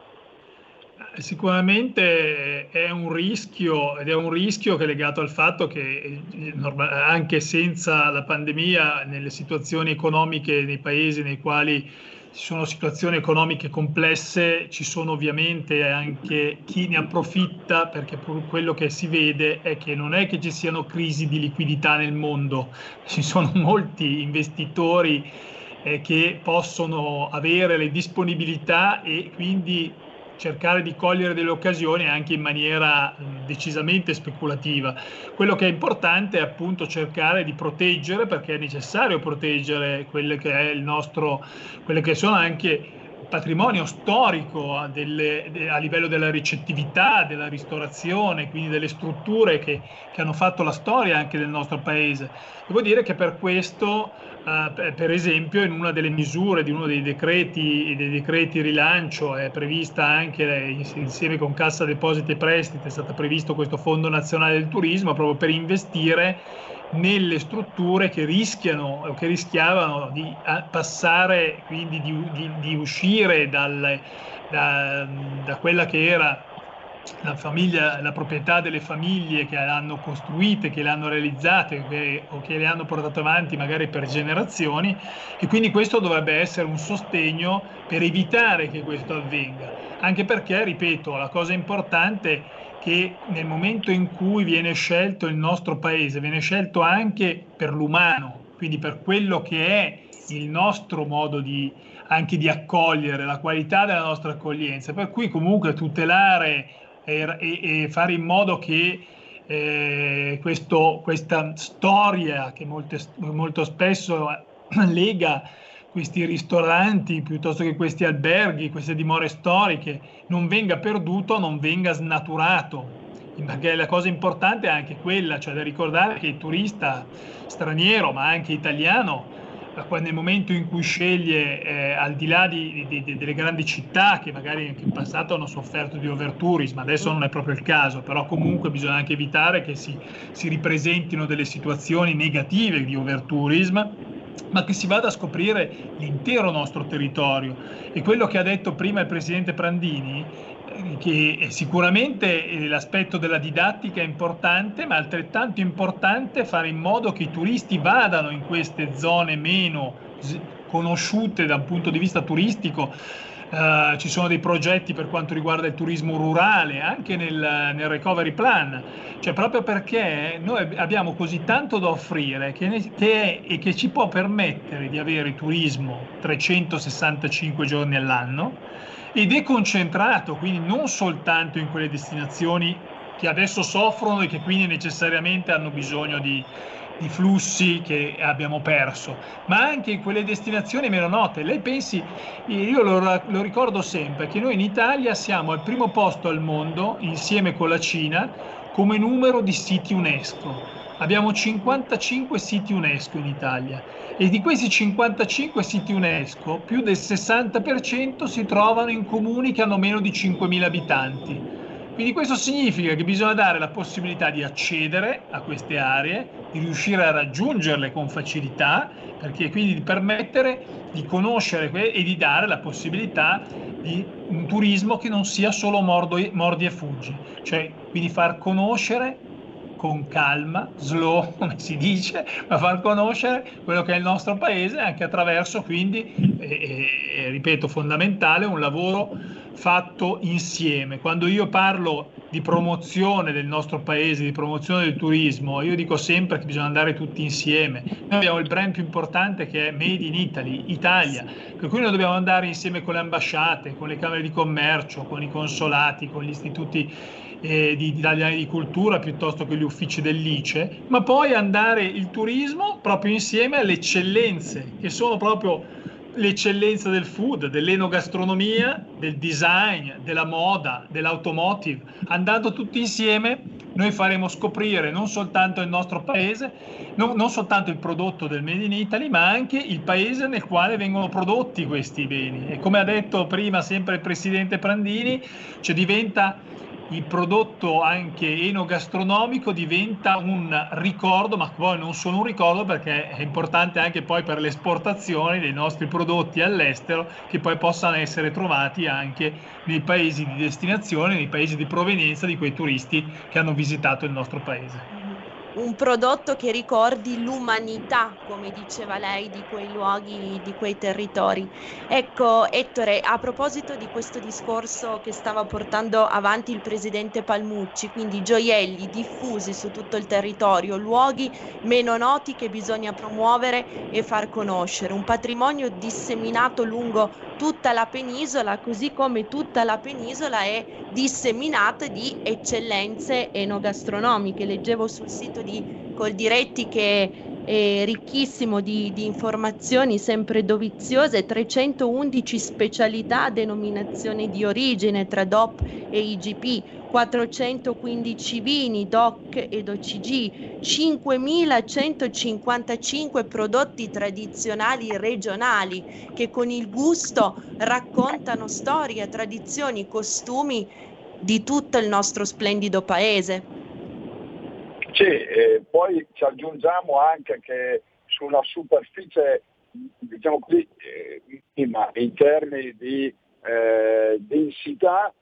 Sicuramente è un rischio, ed è un rischio che è legato al fatto che anche senza la pandemia, nelle situazioni economiche nei paesi nei quali ci sono situazioni economiche complesse, ci sono ovviamente anche chi ne approfitta, perché quello che si vede è che non è che ci siano crisi di liquidità nel mondo, ci sono molti investitori eh, che possono avere le disponibilità e quindi cercare di cogliere delle occasioni anche in maniera decisamente speculativa. Quello che è importante è appunto cercare di proteggere, perché è necessario proteggere quelle che è il nostro, quelle che sono anche patrimonio storico a, delle, a livello della ricettività, della ristorazione, quindi delle strutture che, che hanno fatto la storia anche del nostro paese. Devo dire che per questo, uh, per esempio, in una delle misure di uno dei decreti, dei decreti rilancio è prevista anche, insieme con Cassa Depositi e Prestiti, è stato previsto questo Fondo Nazionale del Turismo proprio per investire nelle strutture che rischiano o che rischiavano di passare, quindi di, di, di uscire dal, da, da quella che era la famiglia, la proprietà delle famiglie che le hanno costruite, che le hanno realizzate che, o che le hanno portate avanti magari per generazioni, e quindi questo dovrebbe essere un sostegno per evitare che questo avvenga, anche perché, ripeto, la cosa importante che nel momento in cui viene scelto il nostro paese, viene scelto anche per l'umano, quindi per quello che è il nostro modo di, anche di accogliere, la qualità della nostra accoglienza, per cui comunque tutelare e, e, e fare in modo che eh, questo, questa storia che molte, molto spesso lega questi ristoranti piuttosto che questi alberghi, queste dimore storiche, non venga perduto, non venga snaturato, perché la cosa importante è anche quella, cioè da ricordare che il turista straniero, ma anche italiano, nel momento in cui sceglie, eh, al di là di, di, di, delle grandi città che magari anche in passato hanno sofferto di overtourism, adesso non è proprio il caso, però comunque bisogna anche evitare che si, si ripresentino delle situazioni negative di overtourism, ma che si vada a scoprire l'intero nostro territorio. E quello che ha detto prima il Presidente Prandini, che sicuramente l'aspetto della didattica è importante, ma altrettanto importante fare in modo che i turisti vadano in queste zone meno conosciute da un punto di vista turistico. Uh, ci sono dei progetti per quanto riguarda il turismo rurale, anche nel, nel recovery plan, cioè proprio perché noi abbiamo così tanto da offrire che, ne, che è, e che ci può permettere di avere turismo trecentosessantacinque giorni all'anno ed è concentrato quindi non soltanto in quelle destinazioni che adesso soffrono e che quindi necessariamente hanno bisogno di di flussi che abbiamo perso, ma anche in quelle destinazioni meno note. Lei pensi, io lo, lo ricordo sempre, che noi in Italia siamo al primo posto al mondo, insieme con la Cina, come numero di siti UNESCO. Abbiamo cinquantacinque siti UNESCO in Italia e di questi cinquantacinque siti UNESCO più del sessanta per cento si trovano in comuni che hanno meno di cinquemila abitanti. Quindi questo significa che bisogna dare la possibilità di accedere a queste aree, di riuscire a raggiungerle con facilità, perché quindi di permettere di conoscere e di dare la possibilità di un turismo che non sia solo mordi e fuggi, cioè quindi far conoscere con calma, slow come si dice, ma far conoscere quello che è il nostro paese anche attraverso quindi, e, e, ripeto, fondamentale, un lavoro fatto insieme. Quando io parlo di promozione del nostro paese, di promozione del turismo, io dico sempre che bisogna andare tutti insieme. Noi abbiamo il brand più importante che è Made in Italy, Italia, per cui noi dobbiamo andare insieme con le ambasciate, con le camere di commercio, con i consolati, con gli istituti eh, di, di italiani di cultura piuttosto che gli uffici dell'I C E, ma poi andare il turismo proprio insieme alle eccellenze che sono proprio l'eccellenza del food, dell'enogastronomia, del design, della moda, dell'automotive. Andando tutti insieme noi faremo scoprire non soltanto il nostro paese, non, non soltanto il prodotto del Made in Italy, ma anche il paese nel quale vengono prodotti questi beni. E come ha detto prima sempre il presidente Prandini, cioè diventa il prodotto anche enogastronomico diventa un ricordo, ma poi non solo un ricordo, perché è importante anche poi per le esportazioni dei nostri prodotti all'estero, che poi possano essere trovati anche nei paesi di destinazione, nei paesi di provenienza di quei turisti che hanno visitato il nostro paese. Un prodotto che ricordi l'umanità, come diceva lei, di quei luoghi, di quei territori. Ecco, Ettore, a proposito di questo discorso che stava portando avanti il presidente Palmucci, quindi gioielli diffusi su tutto il territorio, luoghi meno noti che bisogna promuovere e far conoscere, un patrimonio disseminato lungo tutta la penisola, così come tutta la penisola è disseminata di eccellenze enogastronomiche. Leggevo sul sito di Coldiretti che è ricchissimo di, di informazioni sempre doviziose, trecentoundici specialità a denominazione di origine tra D O P e I G P, quattrocentoquindici vini D O C ed O C G, cinquemilacentocinquantacinque prodotti tradizionali regionali che con il gusto raccontano storie, tradizioni, costumi di tutto il nostro splendido paese. Sì, e poi ci aggiungiamo anche che su una superficie, diciamo così, eh, in termini di eh, densità,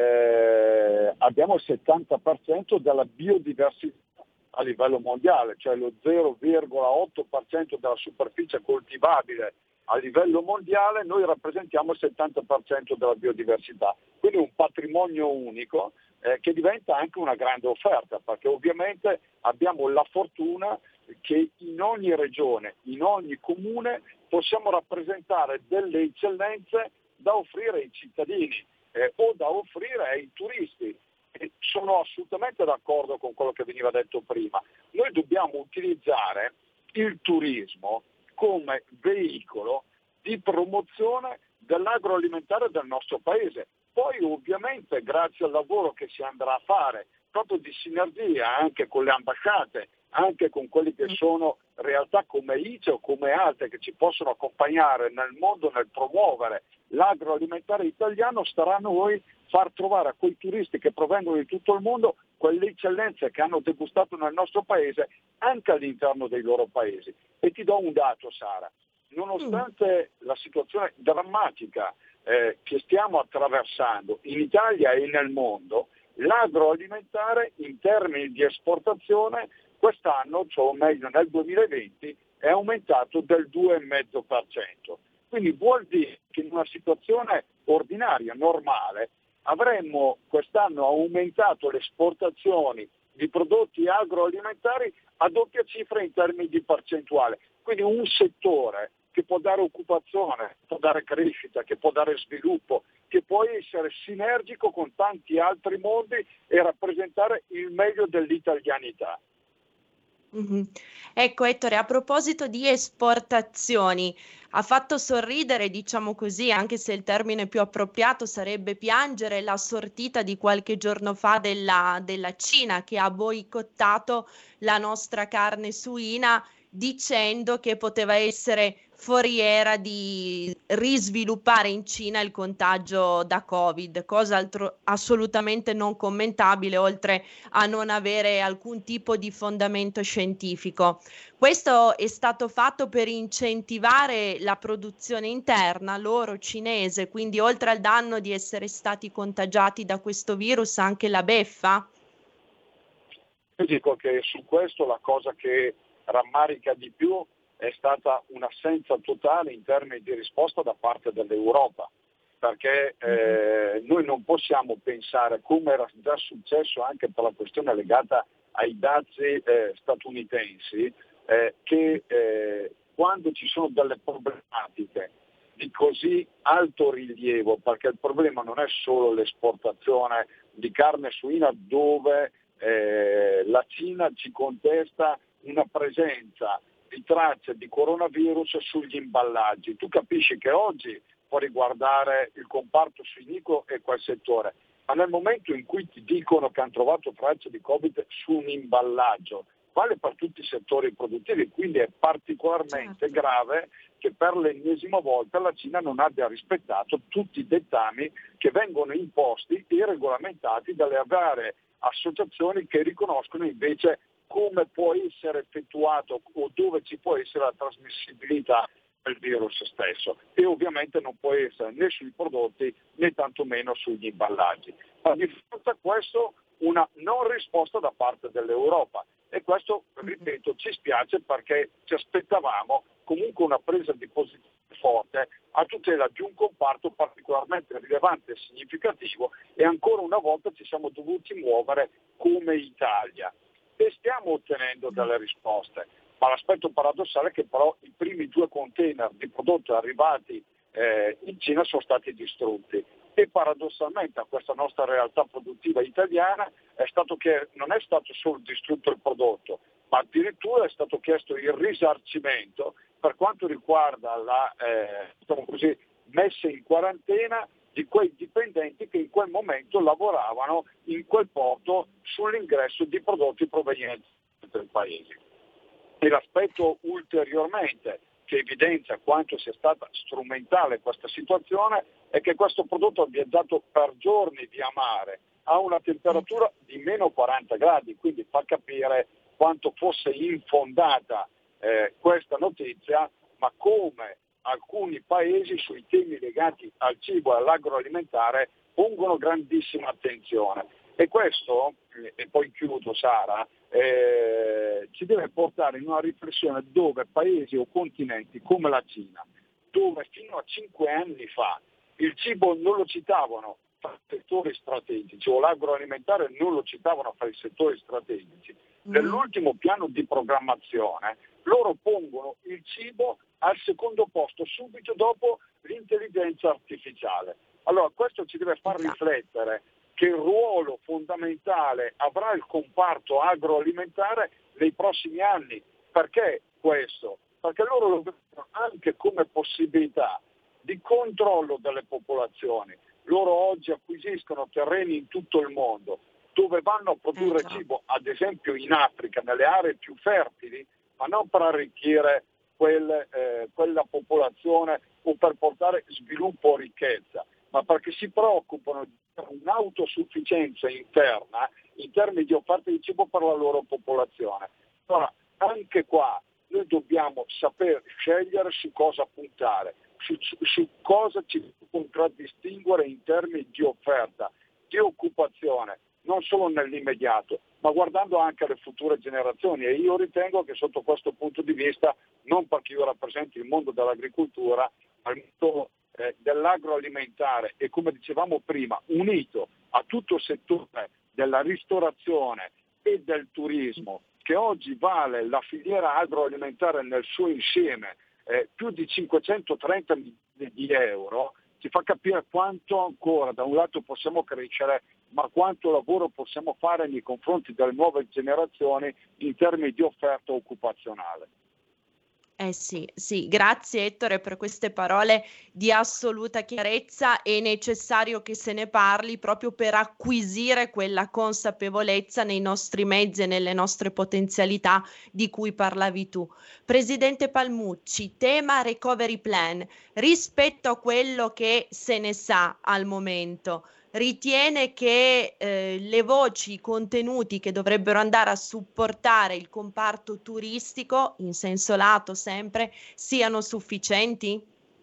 eh, abbiamo il settanta per cento della biodiversità a livello mondiale, cioè lo zero virgola otto per cento della superficie coltivabile a livello mondiale, noi rappresentiamo il settanta per cento della biodiversità, quindi un patrimonio unico eh, che diventa anche una grande offerta, perché ovviamente abbiamo la fortuna che in ogni regione, in ogni comune possiamo rappresentare delle eccellenze da offrire ai cittadini eh, o da offrire ai turisti. E sono assolutamente d'accordo con quello che veniva detto prima. Noi dobbiamo utilizzare il turismo come veicolo di promozione dell'agroalimentare del nostro paese. Poi ovviamente grazie al lavoro che si andrà a fare, proprio di sinergia anche con le ambasciate, anche con quelli che sono realtà come I C E o come altre che ci possono accompagnare nel mondo nel promuovere l'agroalimentare italiano, starà a noi far trovare a quei turisti che provengono di tutto il mondo quelle eccellenze che hanno degustato nel nostro paese anche all'interno dei loro paesi. E ti do un dato, Sara, nonostante la situazione drammatica eh, che stiamo attraversando in Italia e nel mondo, l'agroalimentare in termini di esportazione quest'anno, cioè o meglio nel duemilaventi, è aumentato del due virgola cinque per cento. Quindi vuol dire che in una situazione ordinaria, normale, avremmo quest'anno aumentato le esportazioni di prodotti agroalimentari a doppia cifra in termini di percentuale. Quindi un settore che può dare occupazione, può dare crescita, che può dare sviluppo, che può essere sinergico con tanti altri mondi e rappresentare il meglio dell'italianità. Mm-hmm. Ecco Ettore, a proposito di esportazioni, ha fatto sorridere, diciamo così, anche se il termine più appropriato sarebbe piangere, la sortita di qualche giorno fa della, della Cina, che ha boicottato la nostra carne suina dicendo che poteva essere foriera di risviluppare in Cina il contagio da Covid, cosa altro, assolutamente non commentabile, oltre a non avere alcun tipo di fondamento scientifico. Questo è stato fatto per incentivare la produzione interna loro cinese, quindi oltre al danno di essere stati contagiati da questo virus, anche la beffa? Io dico che su questo la cosa che rammarica di più è stata un'assenza totale in termini di risposta da parte dell'Europa, perché eh, noi non possiamo pensare, come era già successo anche per la questione legata ai dazi eh, statunitensi, eh, che eh, quando ci sono delle problematiche di così alto rilievo, perché il problema non è solo l'esportazione di carne suina dove eh, la Cina ci contesta una presenza di tracce di coronavirus sugli imballaggi. Tu capisci che oggi può riguardare il comparto suinico e quel settore, ma nel momento in cui ti dicono che hanno trovato tracce di Covid su un imballaggio, vale per tutti i settori produttivi, quindi è particolarmente certo. grave che per l'ennesima volta la Cina non abbia rispettato tutti i dettami che vengono imposti e regolamentati dalle varie associazioni che riconoscono invece come può essere effettuato o dove ci può essere la trasmissibilità del virus stesso, e ovviamente non può essere né sui prodotti né tantomeno sugli imballaggi. Ma di fronte a questo una non risposta da parte dell'Europa, e questo, ripeto, ci spiace perché ci aspettavamo comunque una presa di posizione forte a tutela di un comparto particolarmente rilevante e significativo, e ancora una volta ci siamo dovuti muovere come Italia. E stiamo ottenendo delle risposte, ma l'aspetto paradossale è che però i primi due container di prodotti arrivati eh, in Cina sono stati distrutti, e paradossalmente a questa nostra realtà produttiva italiana è stato che non è stato solo distrutto il prodotto, ma addirittura è stato chiesto il risarcimento per quanto riguarda la eh, diciamo così, messa in quarantena di quei dipendenti che in quel momento lavoravano in quel porto sull'ingresso di prodotti provenienti dal paese. E l'aspetto ulteriormente che evidenzia quanto sia stata strumentale questa situazione è che questo prodotto è viaggiato per giorni via mare a una temperatura di meno quaranta gradi, quindi fa capire quanto fosse infondata eh, questa notizia, ma come alcuni paesi sui temi legati al cibo e all'agroalimentare pongono grandissima attenzione. E questo, e poi chiudo Sara, eh, ci deve portare in una riflessione dove paesi o continenti come la Cina, dove fino a cinque anni fa il cibo non lo citavano fra i settori strategici, o l'agroalimentare non lo citavano fra i settori strategici, mm. nell'ultimo piano di programmazione loro pongono il cibo al secondo posto, subito dopo l'intelligenza artificiale. Allora questo ci deve far riflettere che il ruolo fondamentale avrà il comparto agroalimentare nei prossimi anni. Perché questo? Perché loro lo vedono anche come possibilità di controllo delle popolazioni. Loro oggi acquisiscono terreni in tutto il mondo dove vanno a produrre cibo, ad esempio in Africa, nelle aree più fertili, ma non per arricchire quel, eh, quella popolazione o per portare sviluppo o ricchezza, ma perché si preoccupano di un'autosufficienza interna in termini di offerta di cibo per la loro popolazione. Allora, anche qua noi dobbiamo saper scegliere su cosa puntare, su, su cosa ci contraddistinguere in termini di offerta, di occupazione, non solo nell'immediato, ma guardando anche alle future generazioni. E io ritengo che sotto questo punto di vista, non perché io rappresenti il mondo dell'agricoltura, ma il mondo eh, dell'agroalimentare e, come dicevamo prima, unito a tutto il settore della ristorazione e del turismo, che oggi vale la filiera agroalimentare nel suo insieme eh, più di cinquecentotrenta milioni di euro, ci fa capire quanto ancora da un lato possiamo crescere, ma quanto lavoro possiamo fare nei confronti delle nuove generazioni in termini di offerta occupazionale. Eh sì, sì, grazie Ettore per queste parole di assoluta chiarezza. È necessario che se ne parli proprio per acquisire quella consapevolezza nei nostri mezzi e nelle nostre potenzialità di cui parlavi tu. Presidente Palmucci, tema recovery plan, rispetto a quello che se ne sa al momento, ritiene che eh, le voci, i contenuti che dovrebbero andare a supportare il comparto turistico, in senso lato sempre, siano sufficienti?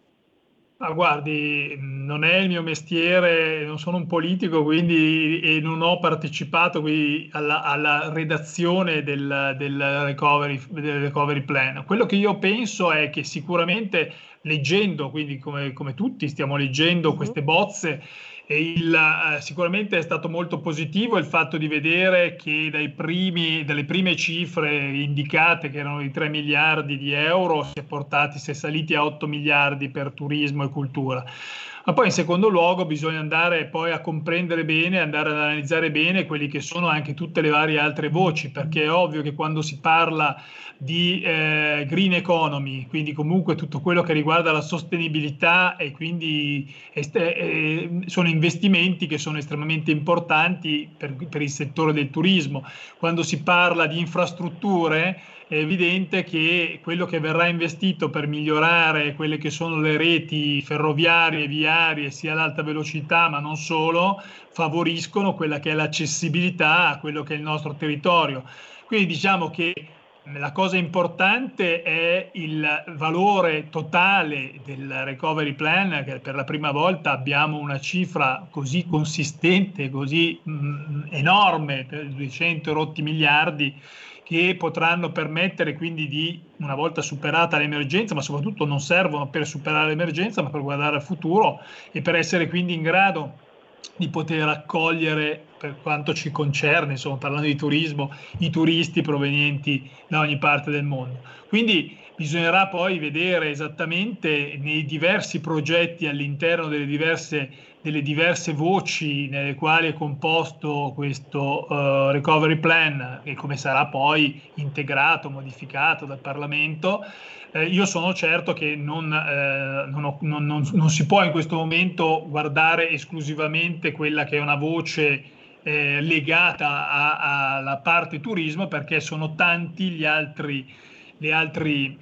Ah, guardi, non è il mio mestiere, non sono un politico, quindi e non ho partecipato quindi, alla, alla redazione del, del, recovery, del recovery plan. Quello che io penso è che sicuramente leggendo, quindi come, come tutti stiamo leggendo uh-huh. queste bozze, e il, eh, sicuramente è stato molto positivo il fatto di vedere che dai primi, dalle prime cifre indicate, che erano di tre miliardi di euro, si è portati, si è saliti a otto miliardi per turismo e cultura. Ma poi in secondo luogo bisogna andare poi a comprendere bene, andare ad analizzare bene quelli che sono anche tutte le varie altre voci, perché è ovvio che quando si parla di eh, green economy, quindi comunque tutto quello che riguarda la sostenibilità e quindi est- eh, sono investimenti che sono estremamente importanti per, per il settore del turismo. Quando si parla di infrastrutture è evidente che quello che verrà investito per migliorare quelle che sono le reti ferroviarie, viarie, sia ad alta velocità ma non solo, favoriscono quella che è l'accessibilità a quello che è il nostro territorio. Quindi diciamo che la cosa importante è il valore totale del recovery plan, che per la prima volta abbiamo una cifra così consistente, così mh, enorme, per duecento rotti miliardi, che potranno permettere quindi di, una volta superata l'emergenza, ma soprattutto non servono per superare l'emergenza, ma per guardare al futuro e per essere quindi in grado di poter accogliere, per quanto ci concerne, insomma parlando di turismo, i turisti provenienti da ogni parte del mondo. Quindi bisognerà poi vedere esattamente nei diversi progetti all'interno delle diverse, delle diverse voci nelle quali è composto questo uh, recovery plan e come sarà poi integrato, modificato dal Parlamento. Eh, io sono certo che non, eh, non, ho, non, non, non si può in questo momento guardare esclusivamente quella che è una voce eh, legata alla parte turismo, perché sono tanti gli altri, gli altri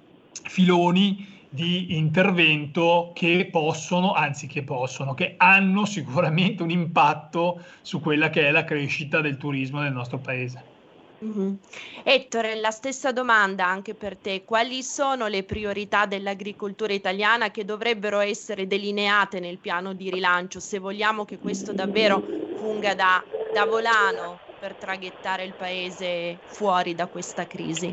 filoni di intervento che possono, anzi che possono, che hanno sicuramente un impatto su quella che è la crescita del turismo nel nostro paese. Mm-hmm. Ettore, la stessa domanda anche per te. Quali sono le priorità dell'agricoltura italiana che dovrebbero essere delineate nel piano di rilancio, se vogliamo che questo davvero funga da, da volano per traghettare il paese fuori da questa crisi?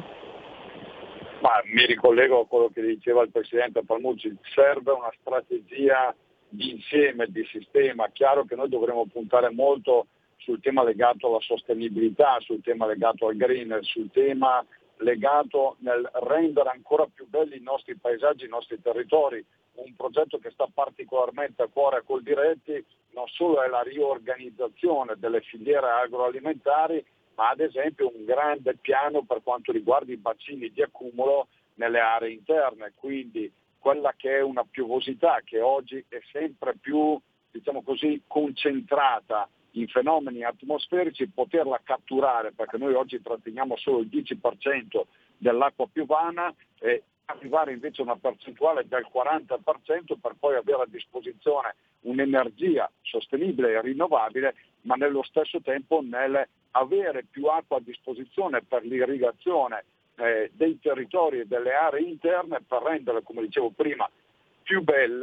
Ma mi ricollego a quello che diceva il Presidente Palmucci, serve una strategia di insieme, di sistema. Chiaro che noi dovremo puntare molto sul tema legato alla sostenibilità, sul tema legato al green, sul tema legato nel rendere ancora più belli i nostri paesaggi, i nostri territori. Un progetto che sta particolarmente a cuore a Coldiretti non solo è la riorganizzazione delle filiere agroalimentari, ma ad esempio un grande piano per quanto riguarda i bacini di accumulo nelle aree interne, quindi quella che è una piovosità che oggi è sempre più, diciamo così, concentrata in fenomeni atmosferici, poterla catturare, perché noi oggi tratteniamo solo il dieci per cento dell'acqua piovana e arrivare invece a una percentuale del quaranta per cento per poi avere a disposizione un'energia sostenibile e rinnovabile, ma nello stesso tempo nel avere più acqua a disposizione per l'irrigazione eh, dei territori e delle aree interne, per renderle, come dicevo prima, più belle,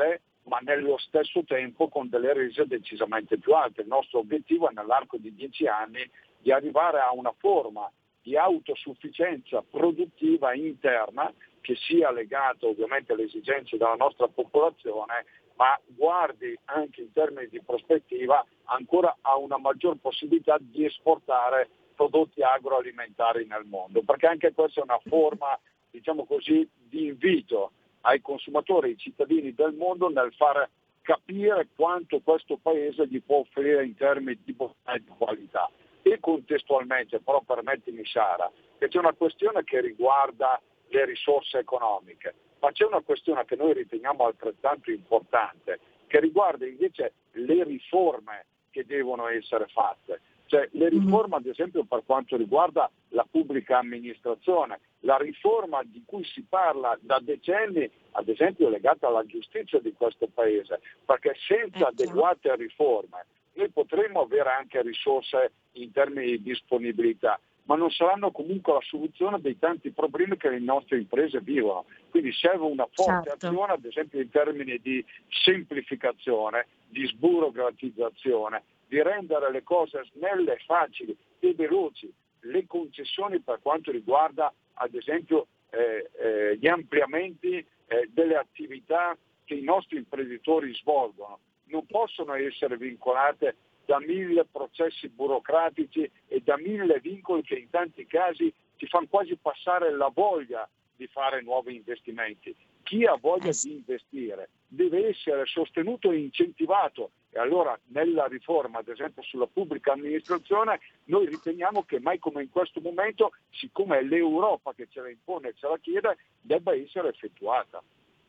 ma nello stesso tempo con delle rese decisamente più alte. Il nostro obiettivo è nell'arco di dieci anni di arrivare a una forma di autosufficienza produttiva interna che sia legata ovviamente alle esigenze della nostra popolazione, ma guardi anche in termini di prospettiva ancora a una maggior possibilità di esportare prodotti agroalimentari nel mondo, perché anche questa è una forma, diciamo così, di invito ai consumatori, ai cittadini del mondo nel far capire quanto questo paese gli può offrire in termini di bontà e di qualità. E contestualmente, però permettimi Sara, che c'è una questione che riguarda le risorse economiche, ma c'è una questione che noi riteniamo altrettanto importante, che riguarda invece le riforme che devono essere fatte. Cioè le riforme ad esempio per quanto riguarda la pubblica amministrazione, la riforma di cui si parla da decenni, ad esempio legata alla giustizia di questo paese, perché senza adeguate riforme noi potremmo avere anche risorse in termini di disponibilità, ma non saranno comunque la soluzione dei tanti problemi che le nostre imprese vivono. Quindi serve una forte certo. azione, ad esempio in termini di semplificazione, di sburocratizzazione, di rendere le cose snelle, facili e veloci. Le concessioni per quanto riguarda ad esempio eh, eh, gli ampliamenti eh, delle attività che i nostri imprenditori svolgono non possono essere vincolate da mille processi burocratici e da mille vincoli che in tanti casi ci fanno quasi passare la voglia di fare nuovi investimenti. Chi ha voglia di investire deve essere sostenuto e incentivato, e allora nella riforma, ad esempio sulla pubblica amministrazione, noi riteniamo che mai come in questo momento, siccome è l'Europa che ce la impone e ce la chiede, debba essere effettuata.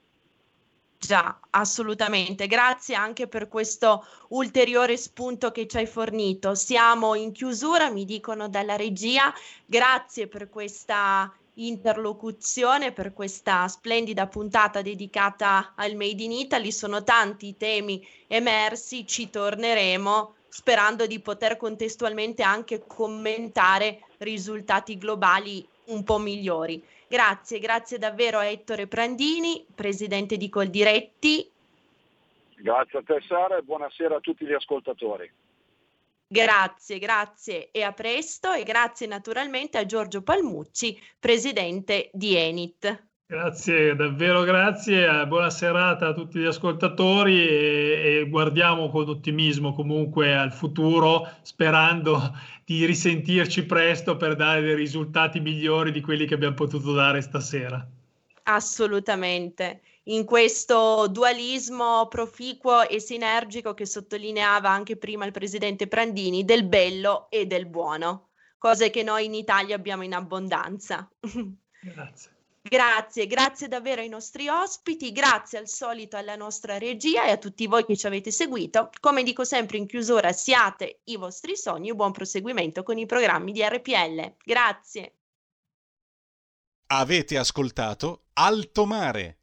Già, assolutamente. Grazie anche per questo ulteriore spunto che ci hai fornito. Siamo in chiusura, mi dicono dalla regia. Grazie per questa interlocuzione, per questa splendida puntata dedicata al Made in Italy. Sono tanti i temi emersi, ci torneremo sperando di poter contestualmente anche commentare risultati globali un po' migliori. Grazie, grazie davvero a Ettore Prandini, presidente di Coldiretti. Grazie a te Sara e buonasera a tutti gli ascoltatori. Grazie, grazie e a presto, e grazie naturalmente a Giorgio Palmucci, presidente di Enit. Grazie, davvero grazie, buona serata a tutti gli ascoltatori e, e guardiamo con ottimismo comunque al futuro, sperando di risentirci presto per dare dei risultati migliori di quelli che abbiamo potuto dare stasera. Assolutamente, in questo dualismo proficuo e sinergico che sottolineava anche prima il presidente Prandini, del bello e del buono, cose che noi in Italia abbiamo in abbondanza. Grazie. Grazie, grazie davvero ai nostri ospiti, grazie al solito alla nostra regia e a tutti voi che ci avete seguito. Come dico sempre in chiusura, siate i vostri sogni e buon proseguimento con i programmi di R P L. Grazie. Avete ascoltato Alto Mare.